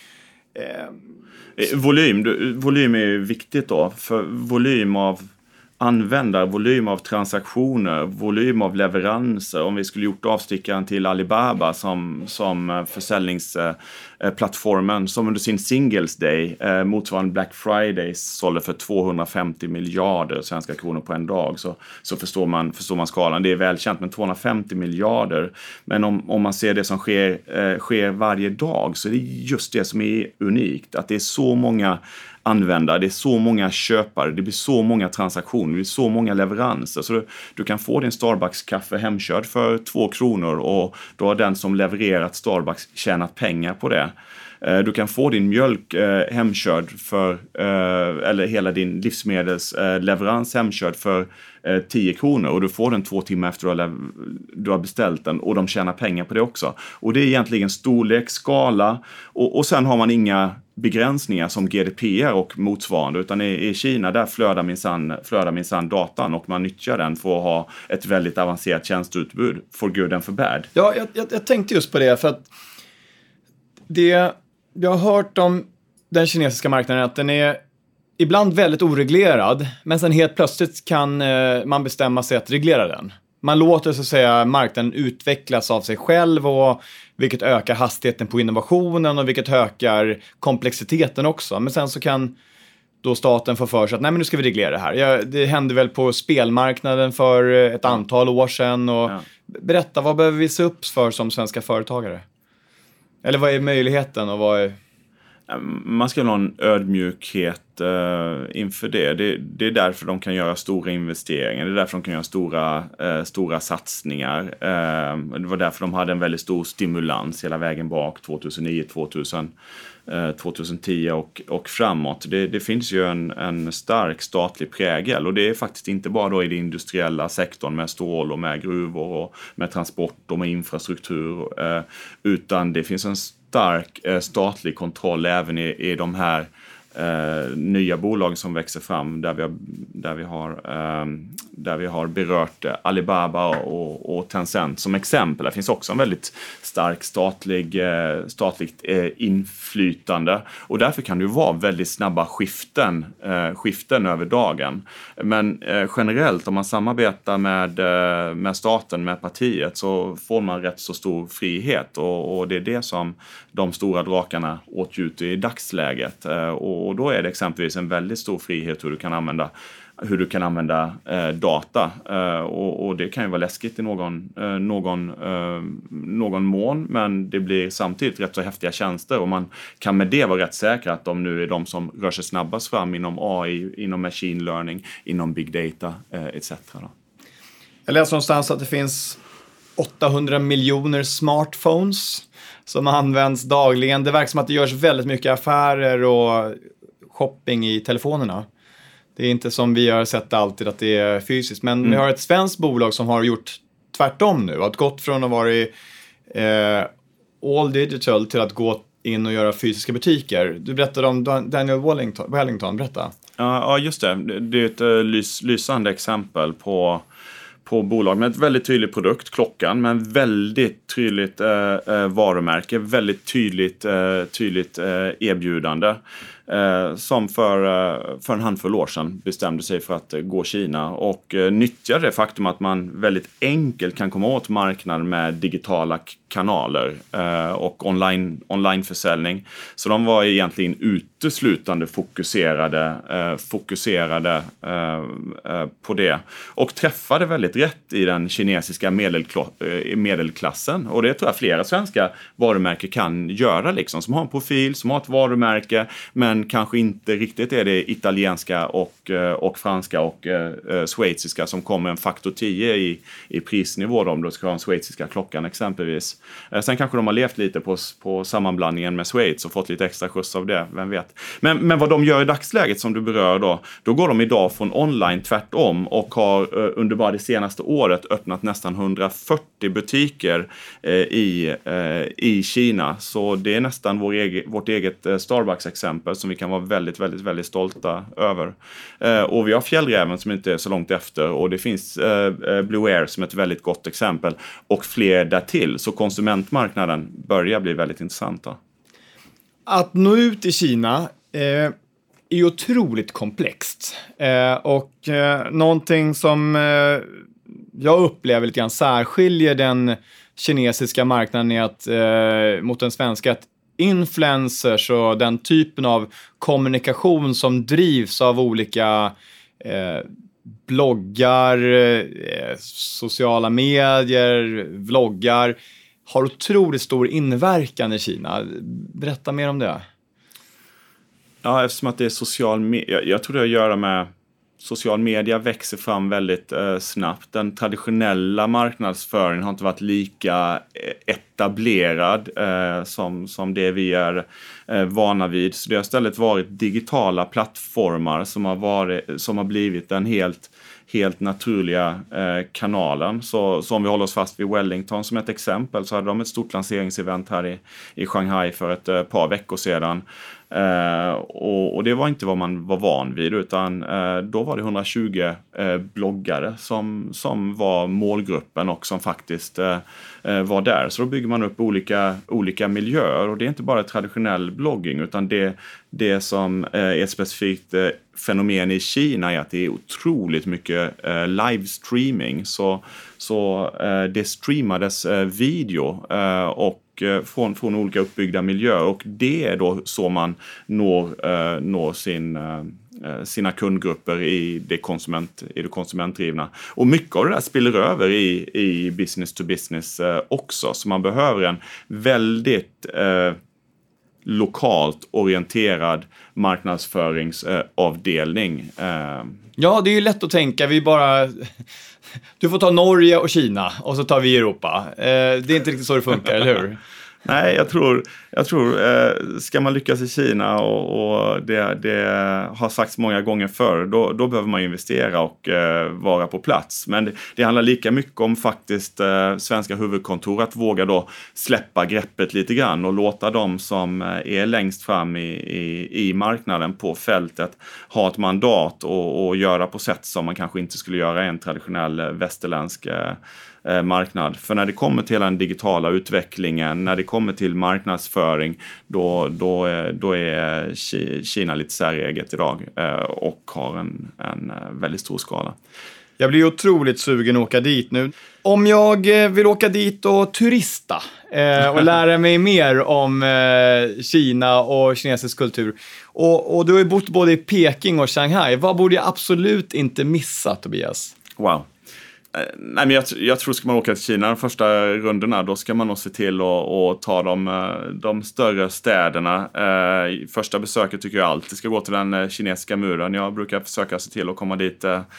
Eh, volym, du, volym är viktigt då, för volym av användare, volym av transaktioner, volym av leveranser. Om vi skulle gjort avstickaren till Alibaba som, som försäljningsplattformen som under sin Singles Day eh, motsvarande Black Friday sålde för tvåhundrafemtio miljarder svenska kronor på en dag, så, så förstår, man, förstår man skalan. Det är välkänt, men tvåhundrafemtio miljarder. Men om, om man ser det som sker, eh, sker varje dag, så är det just det som är unikt. Att det är så många användare, det är så många köpare, det blir så många transaktioner, det blir så många leveranser. Så du, du kan få din Starbucks-kaffe hemkörd för två kronor och då har den som levererat Starbucks tjänat pengar på det. Du kan få din mjölk eh, hemkörd för, eh, eller hela din livsmedelsleverans eh, hemkörd för eh, tio kronor och du får den två timmar efter du har, du har beställt den, och de tjänar pengar på det också. Och det är egentligen storlek, skala, och, och sen har man inga begränsningar som G D P R och motsvarande, utan i, i Kina där flödar minsann, flödar minsann datan, och man nyttjar den för att ha ett väldigt avancerat tjänsteutbud, for good and for bad. Ja, jag, jag, jag tänkte just på det, för att det jag har hört om den kinesiska marknaden att den är ibland väldigt oreglerad, men sen helt plötsligt kan eh, man bestämma sig att reglera den. Man låter så att säga marknaden utvecklas av sig själv, och vilket ökar hastigheten på innovationen och vilket ökar komplexiteten också. Men sen så kan då staten få för sig att nej, men nu ska vi reglera det här. Ja, det hände väl på spelmarknaden för ett antal år sedan. Och ja. Berätta, vad behöver vi se upp för som svenska företagare? Eller vad är möjligheten och vad är... Man ska ha en ödmjukhet uh, inför det. det. Det är därför de kan göra stora investeringar. Det är därför de kan göra stora, uh, stora satsningar. Uh, det var därför de hade en väldigt stor stimulans hela vägen bak tjugohundranio, tvåtusen, uh, tjugohundratio och, och framåt. Det, det finns ju en, en stark statlig prägel, och det är faktiskt inte bara då i den industriella sektorn med stål och med gruvor och med transport och med infrastruktur, uh, utan det finns en stark eh, statlig kontroll även i, i de här eh, nya bolagen som växer fram, där vi har, där vi har, eh, där vi har berört eh, Alibaba och, och Tencent som exempel. Det finns också en väldigt stark statlig, eh, statligt eh, inflytande, och därför kan det ju vara väldigt snabba skiften, eh, skiften över dagen. Men eh, generellt, om man samarbetar med, eh, med staten, med partiet, så får man rätt så stor frihet, och, och det är det som de stora drakarna åtgjuter i dagsläget. Eh, och, och då är det exempelvis en väldigt stor frihet hur du kan använda hur du kan använda eh, data, eh, och, och det kan ju vara läskigt i någon, eh, någon, eh, någon mån, men det blir samtidigt rätt så häftiga tjänster, och man kan med det vara rätt säker att de nu är de som rör sig snabbast fram inom A I, inom machine learning, inom big data eh, et cetera. Jag läser någonstans att det finns åttahundra miljoner smartphones som används dagligen. Det verkar som att det görs väldigt mycket affärer och shopping i telefonerna. Det är inte som vi har sett alltid att det är fysiskt. Men mm. vi har ett svenskt bolag som har gjort tvärtom nu. Att gått från att vara i, eh, all digital till att gå in och göra fysiska butiker. Du berättade om Daniel Wellington. Wellington berätta. Ja, just det. Det är ett uh, lys- lysande exempel på, på bolag med ett väldigt tydligt produkt, klockan, men väldigt tydligt uh, uh, varumärke, väldigt tydligt, uh, tydligt uh, erbjudande. Eh, som för, eh, för en handfull år sedan bestämde sig för att eh, gå Kina och eh, nyttjade det faktum att man väldigt enkelt kan komma åt marknaden med digitala k- kanaler eh, och online, onlineförsäljning. Så de var egentligen uteslutande fokuserade, eh, fokuserade eh, eh, på det och träffade väldigt rätt i den kinesiska medelkla- eh, medelklassen. Och det tror jag flera svenska varumärken kan göra, liksom, som har en profil, som har ett varumärke, men kanske inte riktigt är det italienska och, och franska och eh, schweiziska som kommer en faktor tio i, i prisnivå om du ska ha en schweiziska klockan exempelvis. Eh, sen kanske de har levt lite på, på sammanblandningen med Schweiz och fått lite extra skjuts av det, vem vet. Men, men vad de gör i dagsläget som du berör då, då går de idag från online tvärtom och har eh, under bara det senaste året öppnat nästan hundrafyrtio butiker eh, i, eh, i Kina. Så det är nästan vår egen, vårt eget eh, Starbucks-exempel som vi kan vara väldigt, väldigt, väldigt stolta över. Eh, och vi har Fjällräven som inte är så långt efter och det finns eh, Blue Air som ett väldigt gott exempel och fler därtill. Så konsumentmarknaden börjar bli väldigt intressant då. Att nå ut i Kina eh, är otroligt komplext. Eh, och eh, någonting som eh, jag upplever lite grann särskiljer den kinesiska marknaden är att, eh, mot den svenska, att influencers och den typen av kommunikation som drivs av olika eh, bloggar, eh, sociala medier, vloggar har otroligt stor inverkan i Kina. Berätta mer om det. Ja, eftersom att det är social media. Jag, jag tror det har att göra med social media växer fram väldigt eh, snabbt. Den traditionella marknadsföringen har inte varit lika etablerad eh, som, som det vi är eh, vana vid. Så det har istället varit digitala plattformar som har, varit, som har blivit den helt, helt naturliga eh, kanalen. Så, så om vi håller oss fast vid Wellington som ett exempel, så hade de ett stort lanseringsevent här i, i Shanghai för ett eh, par veckor sedan. Uh, och, och det var inte vad man var van vid, utan uh, då var det hundratjugo uh, bloggare som, som var målgruppen och som faktiskt uh, uh, var där. Så då bygger man upp olika, olika miljöer, och det är inte bara traditionell blogging, utan det, det som uh, är ett specifikt uh, fenomen i Kina är att det är otroligt mycket uh, livestreaming. Så, så uh, det streamades uh, video uh, och Från, från olika uppbyggda miljöer, och det är då så man når, uh, når sin, uh, sina kundgrupper i det, konsument, i det konsumentdrivna. Och mycket av det där spiller över i, i business to business uh, också, så man behöver en väldigt uh, lokalt orienterad marknadsföringsavdelning. Uh, ja, det är ju lätt att tänka, vi bara... Du får ta Norge och Kina och så tar vi Europa. Eh, det är inte riktigt så det funkar, eller hur? Nej, jag tror, jag tror eh, ska man lyckas i Kina, och, och det, det har sagts många gånger förr, då, då behöver man investera och eh, vara på plats. Men det, det handlar lika mycket om faktiskt eh, svenska huvudkontor att våga då släppa greppet lite grann och låta dem som är längst fram i, i, i marknaden på fältet ha ett mandat och, och göra på sätt som man kanske inte skulle göra i en traditionell västerländsk eh, marknad. För när det kommer till den digitala utvecklingen, när det kommer till marknadsföring, då, då, då är Kina lite säreget idag och har en, en väldigt stor skala. Jag blir otroligt sugen att åka dit nu. Om jag vill åka dit och turista eh, och lära mig mer om eh, Kina och kinesisk kultur, och, och du har ju bott både i Peking och Shanghai, vad borde jag absolut inte missa, Tobias? Wow. Nej, men jag, jag tror ska man åka till Kina de första rundorna, då ska man nog se till att ta de, de större städerna. Eh, första besöket tycker jag alltid ska gå till den kinesiska muren. Jag brukar försöka se till att komma dit eh,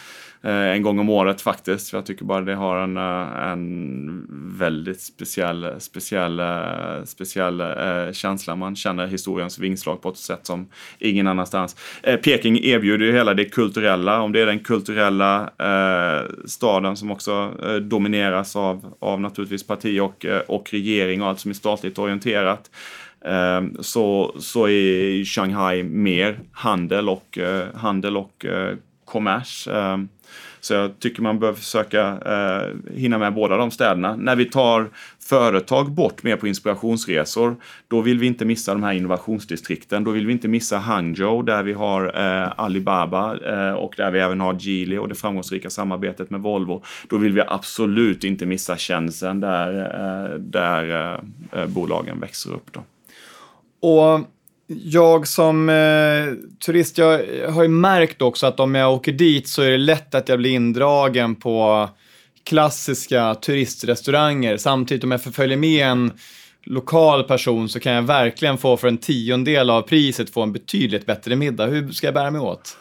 en gång om året faktiskt. För jag tycker bara det har en, en väldigt speciell, speciell, speciell eh, känsla. Man känner historiens vingslag på ett sätt som ingen annanstans. Eh, Peking erbjuder ju hela det kulturella, om det är den kulturella eh, staden som också eh, domineras av, av naturligtvis parti och, eh, och regering och allt som är statligt orienterat. Eh, så, så är Shanghai mer handel och, eh, handel och eh, kommers. Eh, Så jag tycker man bör försöka eh, hinna med båda de städerna. När vi tar företag bort mer på inspirationsresor, då vill vi inte missa de här innovationsdistrikten. Då vill vi inte missa Hangzhou där vi har eh, Alibaba eh, och där vi även har Geely och det framgångsrika samarbetet med Volvo. Då vill vi absolut inte missa Shenzhen där, eh, där eh, bolagen växer upp då. Och jag som eh, turist, jag har ju märkt också att om jag åker dit så är det lätt att jag blir indragen på klassiska turistrestauranger. Samtidigt om jag förföljer med en lokal person så kan jag verkligen få för en tiondel av priset få en betydligt bättre middag. Hur ska jag bära mig åt?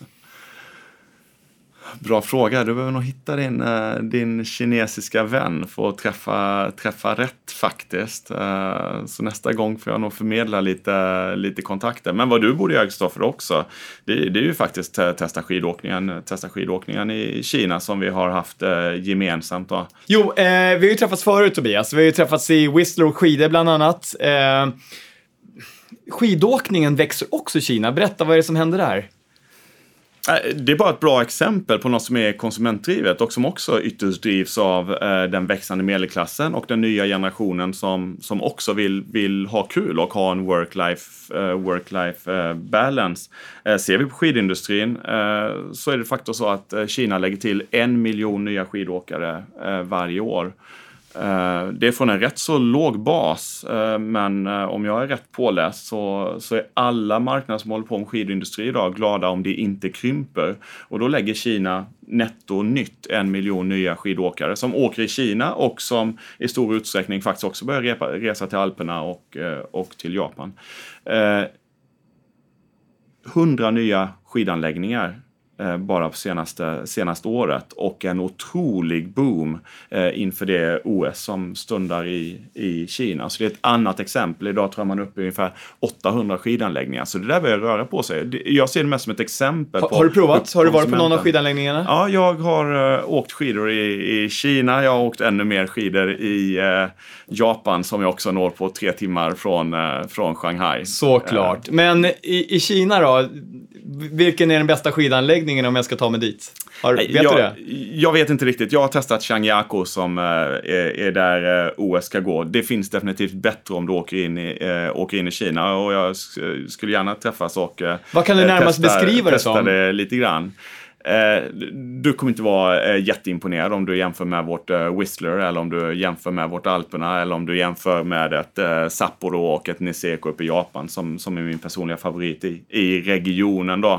Bra fråga. Du behöver nog hitta din, din kinesiska vän för att träffa, träffa rätt faktiskt. Så nästa gång får jag nog förmedla lite, lite kontakter. Men vad du borde göra, Kristoffer, också, det, det är ju faktiskt testa skidåkningen, testa skidåkningen i Kina som vi har haft gemensamt då. Jo, eh, vi har ju träffats förut, Tobias. Vi har ju träffats i Whistler och skidor bland annat. Eh, skidåkningen växer också i Kina. Berätta, vad är det som händer där? Det är bara ett bra exempel på något som är konsumentdrivet och som också ytterst drivs av eh, den växande medelklassen och den nya generationen som, som också vill, vill ha kul och ha en work-life, eh, work-life eh, balance. Eh, ser vi på skidindustrin eh, så är det faktiskt så att eh, Kina lägger till en miljon nya skidåkare eh, varje år. Uh, det är från en rätt så låg bas, uh, men uh, om jag är rätt påläst så, så är alla marknader som håller på med skidindustri idag glada om det inte krymper. Och då lägger Kina netto nytt en miljon nya skidåkare som åker i Kina och som i stor utsträckning faktiskt också börjar repa, resa till Alperna och, uh, och till Japan. Uh, hundra nya skidanläggningar bara på senaste, senaste året och en otrolig boom eh, inför det O S som stundar i, i Kina. Så det är ett annat exempel. Idag tror jag man är uppe i ungefär åttahundra skidanläggningar. Så det där börjar röra på sig. Jag ser det mest som ett exempel. Ha, på har du provat? Har du varit på någon av skidanläggningarna? Ja, jag har uh, åkt skidor i, i Kina. Jag har åkt ännu mer skidor i uh, Japan som jag också når på tre timmar från, uh, från Shanghai. Såklart. Uh. Men i, i Kina då? Vilken är den bästa skidanläggningen om jag ska ta mig dit? Har, vet jag, du det? Jag vet inte riktigt. Jag har testat Changyako som uh, är, är där uh, O S ska gå. Det finns definitivt bättre om du åker in i, uh, åker in i Kina. Och jag sk- skulle gärna träffas och uh, Vad kan du närmast testa, beskriva det som? Testa det lite grann. Du kommer inte vara jätteimponerad om du jämför med vårt Whistler eller om du jämför med vårt Alperna eller om du jämför med ett Sapporo och ett Niseko uppe i Japan som, som är min personliga favorit i, i regionen då.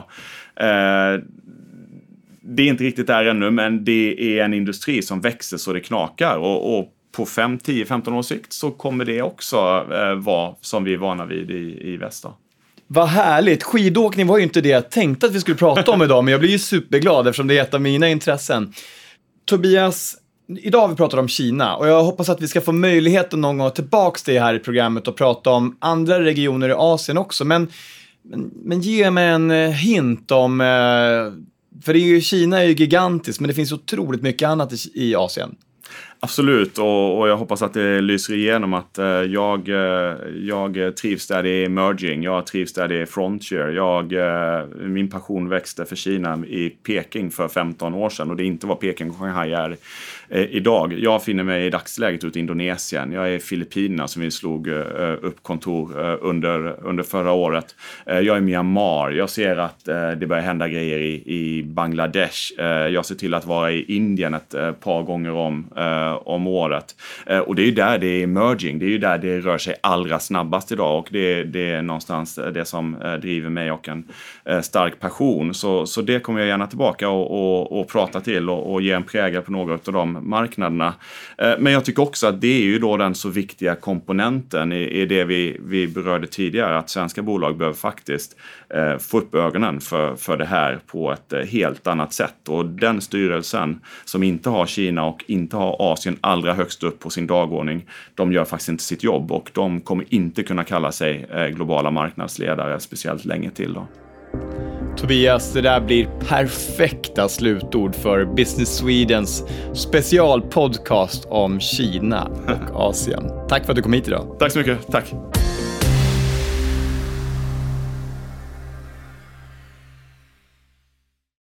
Det är inte riktigt där ännu, men det är en industri som växer så det knakar och, och på fem, tio, femton års sikt så kommer det också vara som vi är vana vid i, i väst då. Vad härligt. Skidåkning var ju inte det jag tänkte att vi skulle prata om idag, men jag blir ju superglad eftersom det är ett av mina intressen. Tobias, idag har vi pratat om Kina och jag hoppas att vi ska få möjligheten någon gång tillbaka till det här i programmet och prata om andra regioner i Asien också. Men, men, men ge mig en hint om, för det är ju, Kina är ju gigantiskt, men det finns otroligt mycket annat i, i Asien. Absolut, och, och jag hoppas att det lyser igenom att uh, jag, uh, jag trivs där det är emerging, jag trivs där det är frontier. Jag, uh, min passion växte för Kina i Peking för femton år sedan och det är inte vad Peking och Shanghai är uh, idag. Jag finner mig i dagsläget ute i Indonesien, jag är i Filippinerna som vi slog uh, upp kontor uh, under, under förra året. Uh, jag är i Myanmar, jag ser att uh, det börjar hända grejer i, i Bangladesh. Uh, jag ser till att vara i Indien ett uh, par gånger om uh, eh, om året. Eh, och det är ju där det är emerging, det är ju där det rör sig allra snabbast idag och det, det är någonstans det som eh, driver mig och en eh, stark passion. Så, så det kommer jag gärna tillbaka och, och, och prata till och, och ge en prägel på några av de marknaderna. Eh, men jag tycker också att det är ju då den så viktiga komponenten i, i det vi, vi berörde tidigare, att svenska bolag behöver faktiskt eh, få upp ögonen för, för det här på ett eh, helt annat sätt. Och den styrelsen som inte har Kina och inte har Asien allra högst upp på sin dagordning, de gör faktiskt inte sitt jobb och de kommer inte kunna kalla sig eh, globala marknadsledare speciellt länge till då. Tobias, det där blir perfekta slutord för Business Swedens specialpodcast om Kina och Asien. Tack för att du kom hit idag. Tack så mycket, tack.